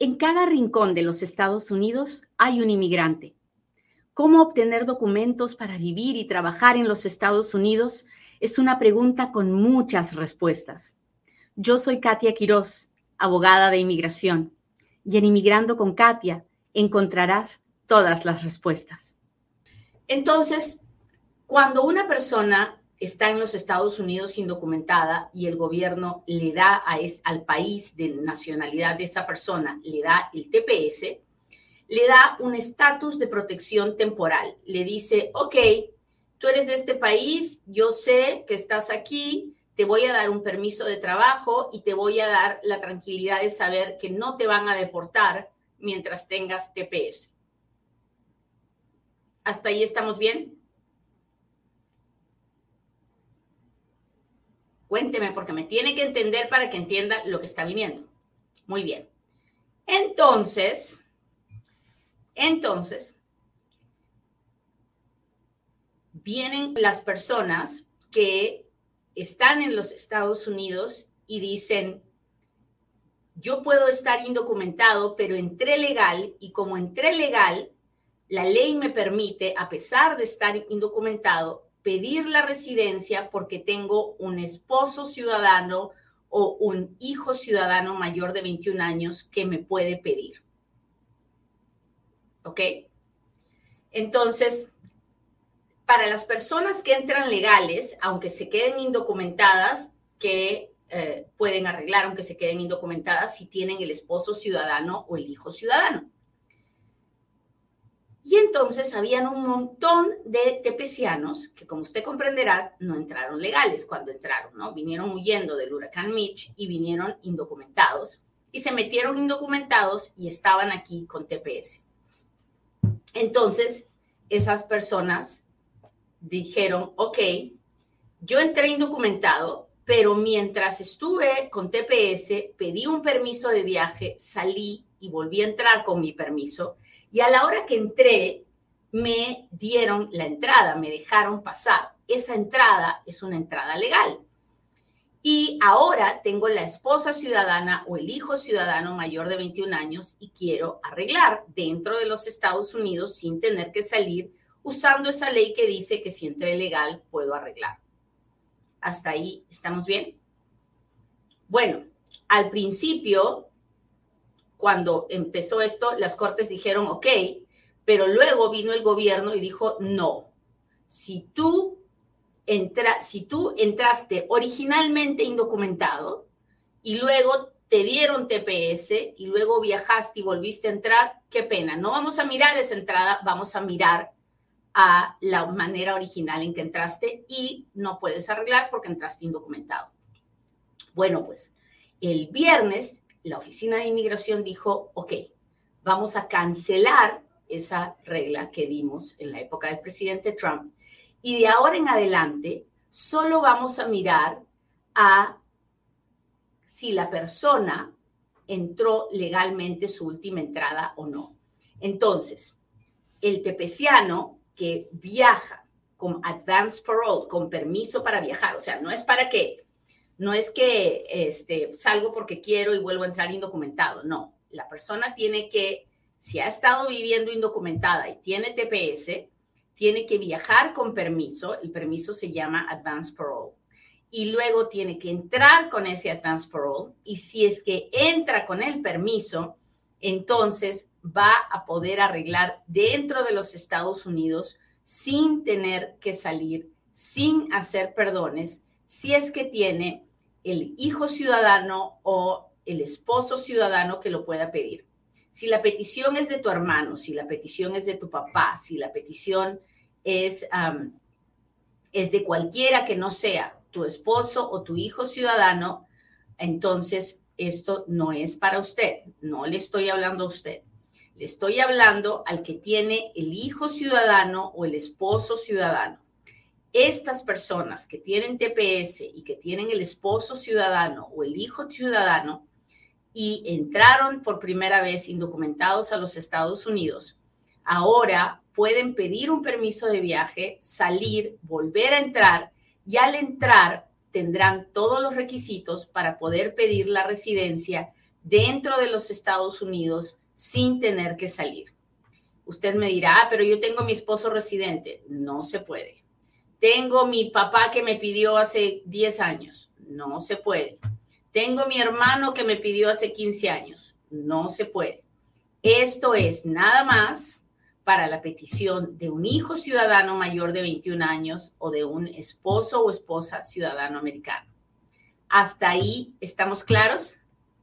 En cada rincón de los Estados Unidos hay un inmigrante. ¿Cómo obtener documentos para vivir y trabajar en los Estados Unidos? Es una pregunta con muchas respuestas. Yo soy Katia Quiroz, abogada de inmigración, y en Inmigrando con Katia encontrarás todas las respuestas. Entonces, cuando una persona está en los Estados Unidos indocumentada y el gobierno le da al país de nacionalidad de esa persona, le da el TPS, le da un estatus de protección temporal. Le dice, ok, tú eres de este país, yo sé que estás aquí, te voy a dar un permiso de trabajo y te voy a dar la tranquilidad de saber que no te van a deportar mientras tengas TPS. ¿Hasta ahí estamos bien? Cuénteme, porque me tiene que entender para que entienda lo que está viniendo. Muy bien. Entonces, vienen las personas que están en los Estados Unidos y dicen, yo puedo estar indocumentado, pero entré legal, y como entré legal, la ley me permite, a pesar de estar indocumentado, pedir la residencia porque tengo un esposo ciudadano o un hijo ciudadano mayor de 21 años que me puede pedir. ¿Ok? Entonces, para las personas que entran legales, aunque se queden indocumentadas, que pueden arreglar, aunque se queden indocumentadas, si tienen el esposo ciudadano o el hijo ciudadano. Y entonces habían un montón de tepecianos que, como usted comprenderá, no entraron legales cuando entraron, ¿no? Vinieron huyendo del huracán Mitch y vinieron indocumentados. Y se metieron indocumentados y estaban aquí con TPS. Entonces, esas personas dijeron, ok, yo entré indocumentado, pero mientras estuve con TPS, pedí un permiso de viaje, salí y volví a entrar con mi permiso. Y a la hora que entré, me dieron la entrada, me dejaron pasar. Esa entrada es una entrada legal. Y ahora tengo la esposa ciudadana o el hijo ciudadano mayor de 21 años y quiero arreglar dentro de los Estados Unidos sin tener que salir usando esa ley que dice que si entré legal puedo arreglar. ¿Hasta ahí estamos bien? Bueno, al principio, cuando empezó esto, las cortes dijeron, ok, pero luego vino el gobierno y dijo, no, si tú entraste originalmente indocumentado y luego te dieron TPS y luego viajaste y volviste a entrar, qué pena, no vamos a mirar esa entrada, vamos a mirar a la manera original en que entraste y no puedes arreglar porque entraste indocumentado. Bueno, pues el viernes la Oficina de Inmigración dijo, ok, vamos a cancelar esa regla que dimos en la época del presidente Trump y de ahora en adelante solo vamos a mirar a si la persona entró legalmente su última entrada o no. Entonces, el tepeciano que viaja con advance parole, con permiso para viajar, o sea, no es que salgo porque quiero y vuelvo a entrar indocumentado. No, la persona tiene que, si ha estado viviendo indocumentada y tiene TPS, tiene que viajar con permiso. El permiso se llama advance parole. Y luego tiene que entrar con ese advance parole. Y si es que entra con el permiso, entonces va a poder arreglar dentro de los Estados Unidos sin tener que salir, sin hacer perdones, si es que tiene el hijo ciudadano o el esposo ciudadano que lo pueda pedir. Si la petición es de tu hermano, si la petición es de tu papá, si la petición es de cualquiera que no sea tu esposo o tu hijo ciudadano, entonces esto no es para usted. No le estoy hablando a usted. Le estoy hablando al que tiene el hijo ciudadano o el esposo ciudadano. Estas personas que tienen TPS y que tienen el esposo ciudadano o el hijo ciudadano y entraron por primera vez indocumentados a los Estados Unidos, ahora pueden pedir un permiso de viaje, salir, volver a entrar y al entrar tendrán todos los requisitos para poder pedir la residencia dentro de los Estados Unidos sin tener que salir. Usted me dirá, pero yo tengo mi esposo residente. No se puede. Tengo mi papá que me pidió hace 10 años. No se puede. Tengo mi hermano que me pidió hace 15 años. No se puede. Esto es nada más para la petición de un hijo ciudadano mayor de 21 años o de un esposo o esposa ciudadano americano. ¿Hasta ahí estamos claros?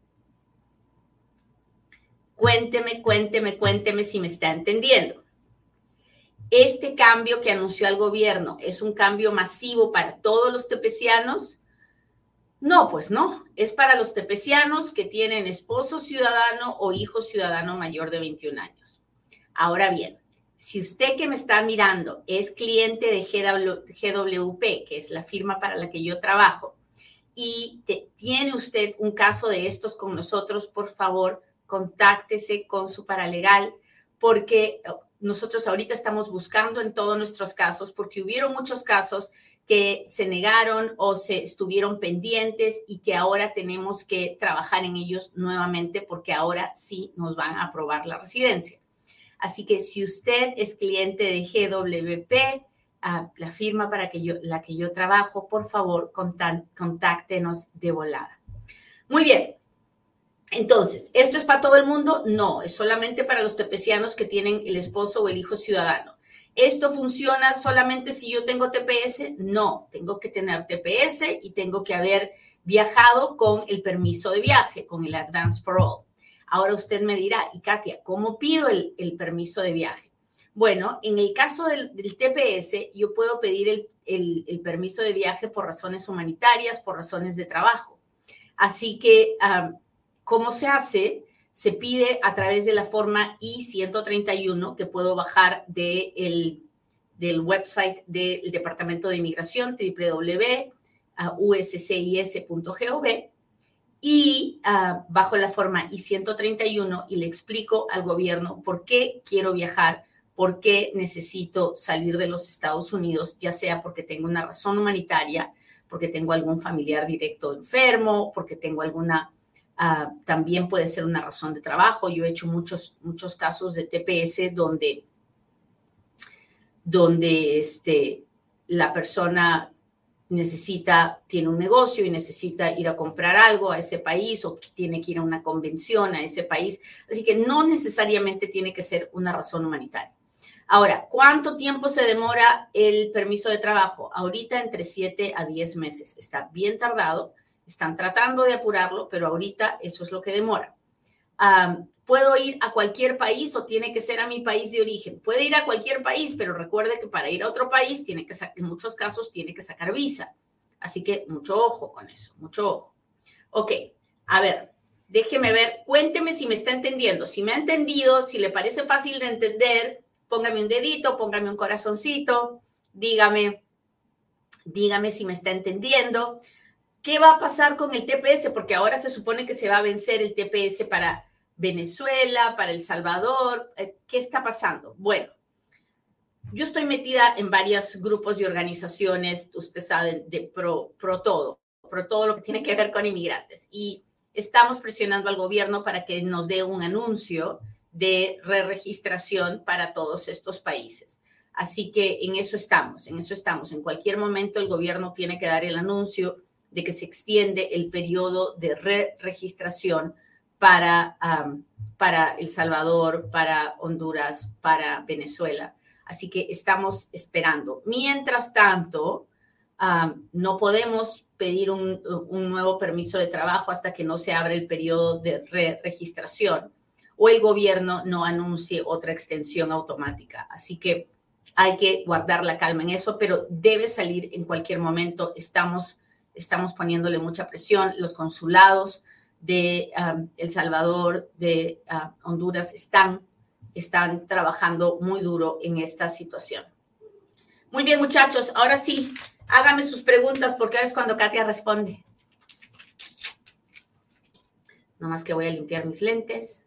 Cuénteme si me está entendiendo. ¿Este cambio que anunció el gobierno es un cambio masivo para todos los tepecianos? No, pues no. Es para los tepecianos que tienen esposo ciudadano o hijo ciudadano mayor de 21 años. Ahora bien, si usted que me está mirando es cliente de GWP, que es la firma para la que yo trabajo, y tiene usted un caso de estos con nosotros, por favor, contáctese con su paralegal, porque nosotros ahorita estamos buscando en todos nuestros casos, porque hubieron muchos casos que se negaron o se estuvieron pendientes y que ahora tenemos que trabajar en ellos nuevamente porque ahora sí nos van a aprobar la residencia. Así que si usted es cliente de GWP, la firma para la que yo trabajo, por favor, contáctenos de volada. Muy bien. Entonces, ¿esto es para todo el mundo? No, es solamente para los tepecianos que tienen el esposo o el hijo ciudadano. ¿Esto funciona solamente si yo tengo TPS? No, tengo que tener TPS y tengo que haber viajado con el permiso de viaje, con el Advance Parole. Ahora usted me dirá, y Katia, ¿cómo pido el permiso de viaje? Bueno, en el caso del TPS, yo puedo pedir el permiso de viaje por razones humanitarias, por razones de trabajo. Así que, ¿cómo se hace? Se pide a través de la forma I-131 que puedo bajar del website del Departamento de Inmigración, www.uscis.gov, y bajo la forma I-131 y le explico al gobierno por qué quiero viajar, por qué necesito salir de los Estados Unidos, ya sea porque tengo una razón humanitaria, porque tengo algún familiar directo enfermo, porque tengo alguna... también puede ser una razón de trabajo. Yo he hecho muchos casos de TPS donde la persona tiene un negocio y necesita ir a comprar algo a ese país o tiene que ir a una convención a ese país. Así que no necesariamente tiene que ser una razón humanitaria. Ahora, ¿cuánto tiempo se demora el permiso de trabajo? Ahorita entre 7 a 10 meses. Está bien tardado. Están tratando de apurarlo, pero ahorita eso es lo que demora. ¿Puedo ir a cualquier país o tiene que ser a mi país de origen? Puede ir a cualquier país, pero recuerde que para ir a otro país en muchos casos tiene que sacar visa. Así que mucho ojo con eso, mucho ojo. Ok, a ver, déjeme ver, cuénteme si me está entendiendo. Si me ha entendido, si le parece fácil de entender, póngame un dedito, póngame un corazoncito, dígame si me está entendiendo. ¿Qué va a pasar con el TPS? Porque ahora se supone que se va a vencer el TPS para Venezuela, para El Salvador. ¿Qué está pasando? Bueno, yo estoy metida en varios grupos y organizaciones, usted sabe, de pro todo lo que tiene que ver con inmigrantes. Y estamos presionando al gobierno para que nos dé un anuncio de re-registración para todos estos países. Así que en eso estamos. En cualquier momento el gobierno tiene que dar el anuncio de que se extiende el periodo de re-registración para El Salvador, para Honduras, para Venezuela. Así que estamos esperando. Mientras tanto, no podemos pedir un nuevo permiso de trabajo hasta que no se abra el periodo de re-registración o el gobierno no anuncie otra extensión automática. Así que hay que guardar la calma en eso, pero debe salir en cualquier momento. Estamos poniéndole mucha presión. Los consulados de El Salvador, de Honduras, están trabajando muy duro en esta situación. Muy bien, muchachos. Ahora sí, háganme sus preguntas porque ahora es cuando Katia responde. Nomás que voy a limpiar mis lentes.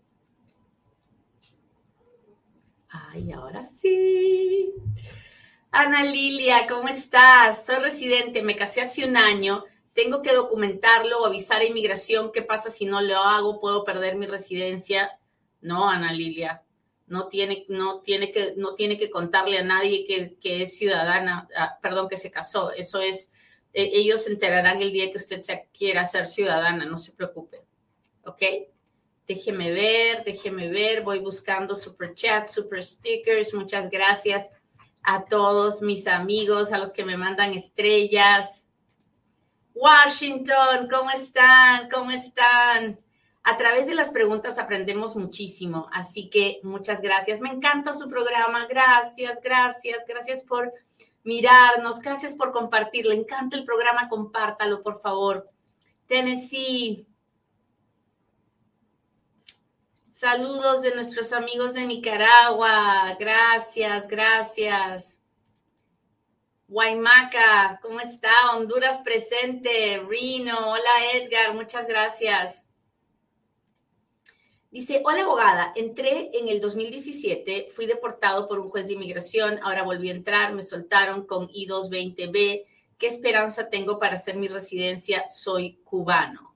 Ay, ahora sí. Ana Lilia, ¿cómo estás? Soy residente, me casé hace un año, tengo que documentarlo o avisar a inmigración. ¿Qué pasa si no lo hago? ¿Puedo perder mi residencia? No, Ana Lilia, no tiene que contarle a nadie que es ciudadana, perdón, que se casó. Eso es, ellos se enterarán el día que usted quiera ser ciudadana, no se preocupe. ¿Ok? Déjeme ver, voy buscando super chat, super stickers, muchas gracias a todos mis amigos, a los que me mandan estrellas. Washington, ¿cómo están? ¿Cómo están? A través de las preguntas aprendemos muchísimo, así que muchas gracias. Me encanta su programa, gracias por mirarnos, gracias por compartir. Le encanta el programa, compártalo, por favor. Tennessee. Saludos de nuestros amigos de Nicaragua. Gracias. Guaymaca, ¿cómo está? Honduras presente. Reno, hola Edgar, muchas gracias. Dice, hola abogada, entré en el 2017, fui deportado por un juez de inmigración, ahora volví a entrar, me soltaron con I-220B. ¿Qué esperanza tengo para hacer mi residencia? Soy cubano.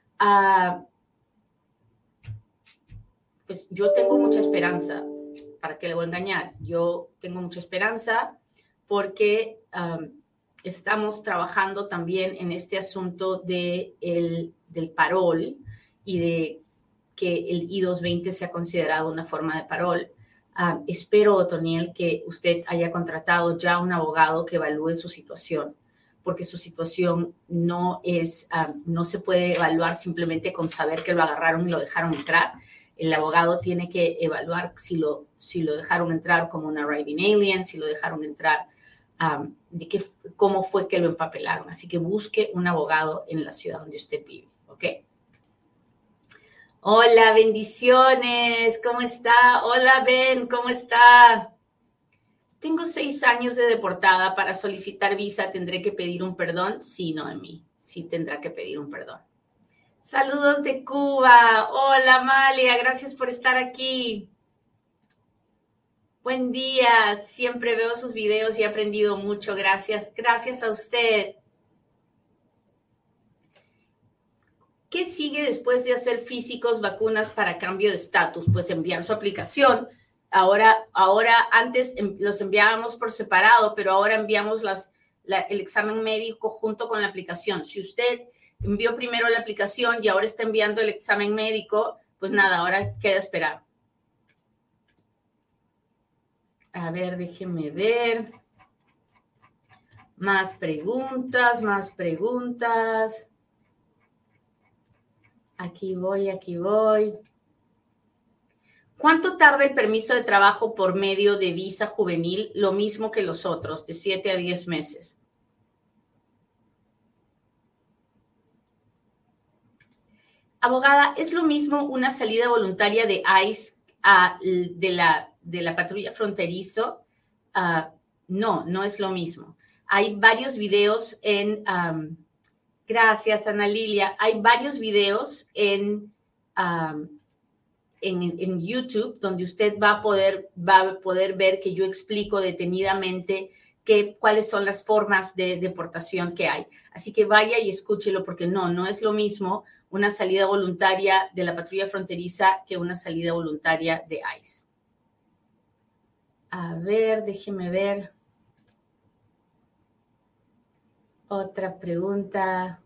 Pues yo tengo mucha esperanza, ¿para qué le voy a engañar? Yo tengo mucha esperanza porque estamos trabajando también en este asunto del parol y de que el I-220 sea considerado una forma de parol. Espero, Otoniel, que usted haya contratado ya un abogado que evalúe su situación, porque su situación no se puede evaluar simplemente con saber que lo agarraron y lo dejaron entrar. El abogado tiene que evaluar si lo dejaron entrar como un arriving alien, si lo dejaron entrar, cómo fue que lo empapelaron. Así que busque un abogado en la ciudad donde usted vive, ¿ok? Hola, bendiciones, ¿cómo está? Hola, Ben, ¿cómo está? Tengo 6 años de deportada. Para solicitar visa, ¿tendré que pedir un perdón? Sí, Noemí, sí tendrá que pedir un perdón. Saludos de Cuba. Hola, Amalia, gracias por estar aquí. Buen día, siempre veo sus videos y he aprendido mucho. Gracias a usted. ¿Qué sigue después de hacer físicos, vacunas para cambio de estatus? Pues enviar su aplicación. Ahora antes los enviábamos por separado, pero ahora enviamos el examen médico junto con la aplicación. Si usted envió primero la aplicación y ahora está enviando el examen médico, pues nada, ahora queda esperar. A ver, déjenme ver. Más preguntas. Aquí voy. ¿Cuánto tarda el permiso de trabajo por medio de visa juvenil? Lo mismo que los otros, de 7 a 10 meses. Abogada, ¿es lo mismo una salida voluntaria de ICE de la patrulla fronterizo? No es lo mismo. Hay varios videos gracias, Ana Lilia. Hay varios videos en YouTube donde usted va a poder ver que yo explico detenidamente cuáles son las formas de deportación que hay. Así que vaya y escúchelo, porque no es lo mismo una salida voluntaria de la patrulla fronteriza que una salida voluntaria de ICE. A ver, déjeme ver. Otra pregunta.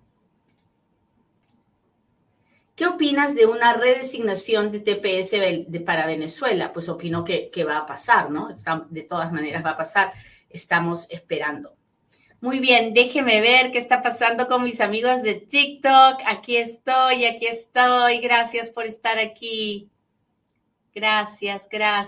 ¿Qué opinas de una redesignación de TPS para Venezuela? Pues opino que va a pasar, ¿no? De todas maneras va a pasar. Estamos esperando. Muy bien, déjeme ver qué está pasando con mis amigos de TikTok. Aquí estoy. Gracias por estar aquí. Gracias.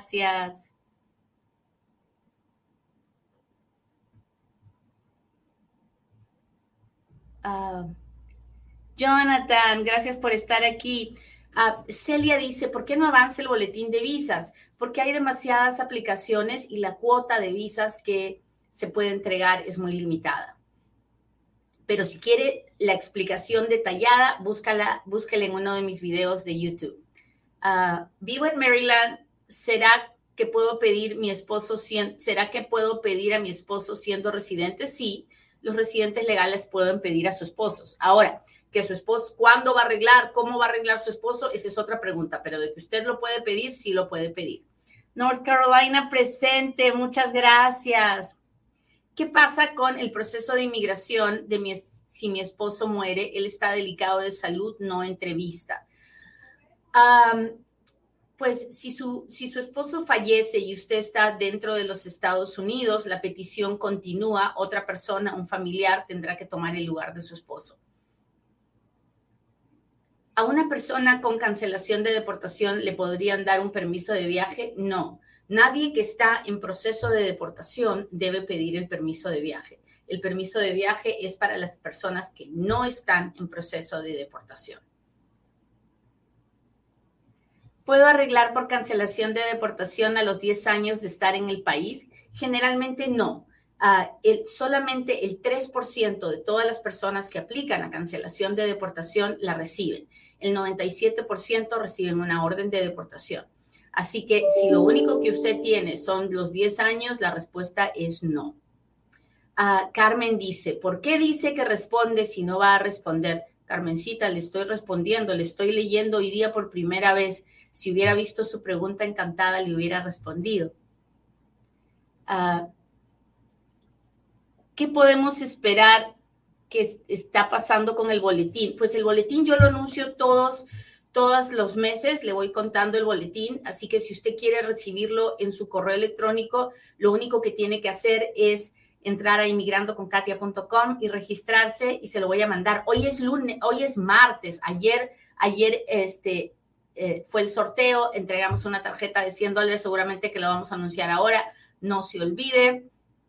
Jonathan, gracias por estar aquí. Celia dice, ¿por qué no avanza el boletín de visas? Porque hay demasiadas aplicaciones y la cuota de visas que se puede entregar es muy limitada. Pero si quiere la explicación detallada, búsquela en uno de mis videos de YouTube. Vivo en Maryland. ¿Será que puedo pedir mi esposo? ¿Será que puedo pedir a mi esposo siendo residente? Sí, los residentes legales pueden pedir a sus esposos. Ahora, que su esposo, ¿cuándo va a arreglar? ¿Cómo va a arreglar su esposo? Esa es otra pregunta, pero de que usted lo puede pedir, sí lo puede pedir. North Carolina presente, muchas gracias. ¿Qué pasa con el proceso de inmigración si mi esposo muere? Él está delicado de salud, no entrevista. Pues si su esposo fallece y usted está dentro de los Estados Unidos, la petición continúa, otra persona, un familiar, tendrá que tomar el lugar de su esposo. ¿A una persona con cancelación de deportación le podrían dar un permiso de viaje? No. Nadie que está en proceso de deportación debe pedir el permiso de viaje. El permiso de viaje es para las personas que no están en proceso de deportación. ¿Puedo arreglar por cancelación de deportación a los 10 años de estar en el país? Generalmente no. Solamente el 3% de todas las personas que aplican a cancelación de deportación la reciben. El 97% reciben una orden de deportación. Así que si lo único que usted tiene son los 10 años, la respuesta es no. Carmen dice, ¿por qué dice que responde si no va a responder? Carmencita, le estoy respondiendo, le estoy leyendo hoy día por primera vez. Si hubiera visto su pregunta, encantada le hubiera respondido. ¿Qué podemos esperar que está pasando con el boletín? Pues el boletín yo lo anuncio todos los meses, le voy contando el boletín, así que si usted quiere recibirlo en su correo electrónico, lo único que tiene que hacer es entrar a inmigrandoconkatia.com y registrarse y se lo voy a mandar. Hoy es martes, ayer fue el sorteo, entregamos una tarjeta de $100, seguramente que lo vamos a anunciar ahora, no se olvide.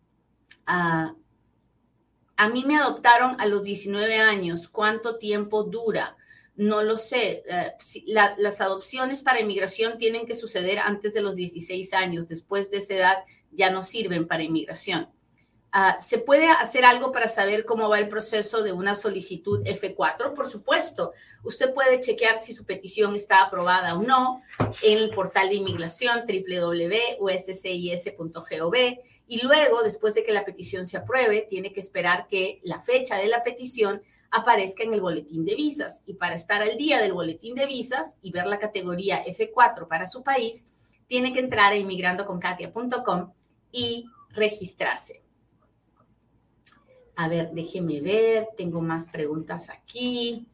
A mí me adoptaron a los 19 años. ¿Cuánto tiempo dura? No lo sé. Las adopciones para inmigración tienen que suceder antes de los 16 años. Después de esa edad ya no sirven para inmigración. ¿Se puede hacer algo para saber cómo va el proceso de una solicitud F4? Por supuesto. Usted puede chequear si su petición está aprobada o no en el portal de inmigración www.uscis.gov y luego, después de que la petición se apruebe, tiene que esperar que la fecha de la petición aparezca en el boletín de visas. Y para estar al día del boletín de visas y ver la categoría F4 para su país, tiene que entrar a inmigrandoconkatia.com y registrarse. A ver, déjeme ver, tengo más preguntas aquí.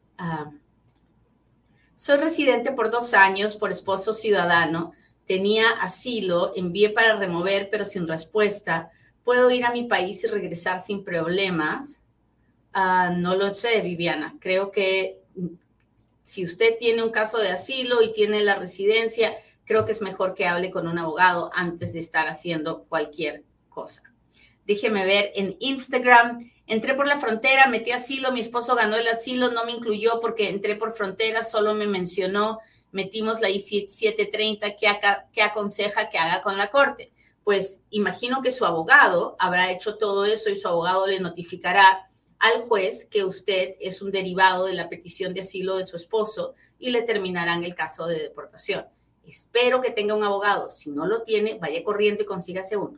Soy residente por 2 años, por esposo ciudadano. Tenía asilo, envié para remover, pero sin respuesta. ¿Puedo ir a mi país y regresar sin problemas? No lo sé, Viviana. Creo que si usted tiene un caso de asilo y tiene la residencia, creo que es mejor que hable con un abogado antes de estar haciendo cualquier cosa. Déjeme ver en Instagram. Entré por la frontera, metí asilo, mi esposo ganó el asilo, no me incluyó porque entré por frontera, solo me mencionó, metimos la I-730, ¿qué aconseja que haga con la corte? Pues imagino que su abogado habrá hecho todo eso y su abogado le notificará al juez que usted es un derivado de la petición de asilo de su esposo y le terminarán el caso de deportación. Espero que tenga un abogado. Si no lo tiene, vaya corriendo y consígase uno.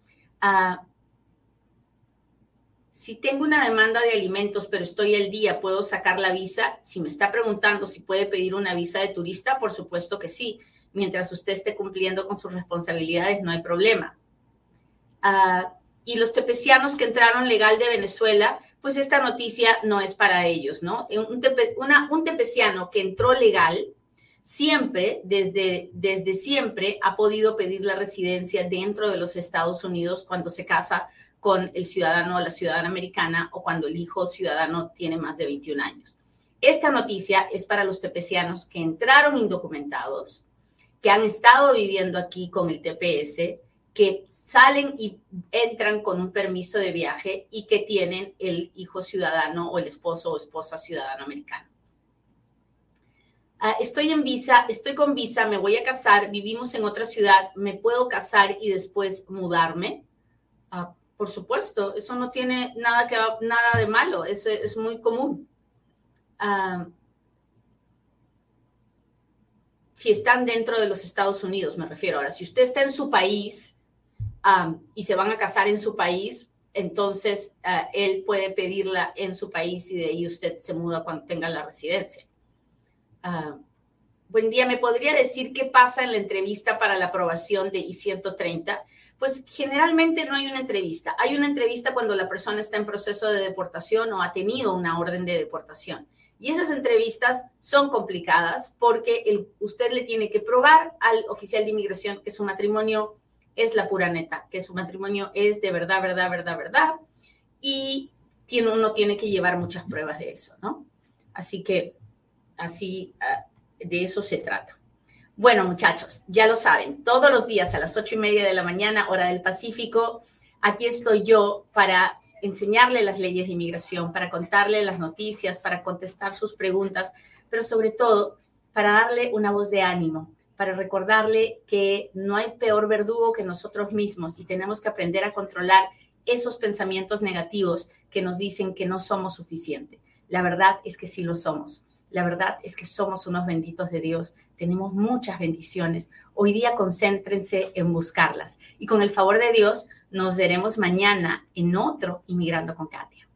Si tengo una demanda de alimentos, pero estoy al día, ¿puedo sacar la visa? Si me está preguntando si puede pedir una visa de turista, por supuesto que sí. Mientras usted esté cumpliendo con sus responsabilidades, no hay problema. Y los tepecianos que entraron legal de Venezuela, pues esta noticia no es para ellos, ¿no? Un tepeciano que entró legal siempre, desde siempre, ha podido pedir la residencia dentro de los Estados Unidos cuando se casa con el ciudadano o la ciudadana americana o cuando el hijo ciudadano tiene más de 21 años. Esta noticia es para los tepecianos que entraron indocumentados, que han estado viviendo aquí con el TPS, que salen y entran con un permiso de viaje y que tienen el hijo ciudadano o el esposo o esposa ciudadano americano. Estoy con visa, me voy a casar, vivimos en otra ciudad, ¿me puedo casar y después mudarme? Por supuesto, eso no tiene nada de malo, es muy común. si están dentro de los Estados Unidos, me refiero. Ahora, si usted está en su país y se van a casar en su país, entonces él puede pedirla en su país y de ahí usted se muda cuando tenga la residencia. Buen día, ¿me podría decir qué pasa en la entrevista para la aprobación de I-130? Pues generalmente no hay una entrevista. Hay una entrevista cuando la persona está en proceso de deportación o ha tenido una orden de deportación. Y esas entrevistas son complicadas porque usted le tiene que probar al oficial de inmigración que su matrimonio es la pura neta, que su matrimonio es de verdad, verdad, verdad, verdad. Y uno tiene que llevar muchas pruebas de eso, ¿no? Así que de eso se trata. Bueno, muchachos, ya lo saben, todos los días a las 8:30 de la mañana, hora del Pacífico, aquí estoy yo para enseñarle las leyes de inmigración, para contarle las noticias, para contestar sus preguntas, pero sobre todo para darle una voz de ánimo, para recordarle que no hay peor verdugo que nosotros mismos y tenemos que aprender a controlar esos pensamientos negativos que nos dicen que no somos suficientes. La verdad es que sí lo somos. La verdad es que somos unos benditos de Dios. Tenemos muchas bendiciones. Hoy día concéntrense en buscarlas. Y con el favor de Dios, nos veremos mañana en otro Inmigrando con Katia.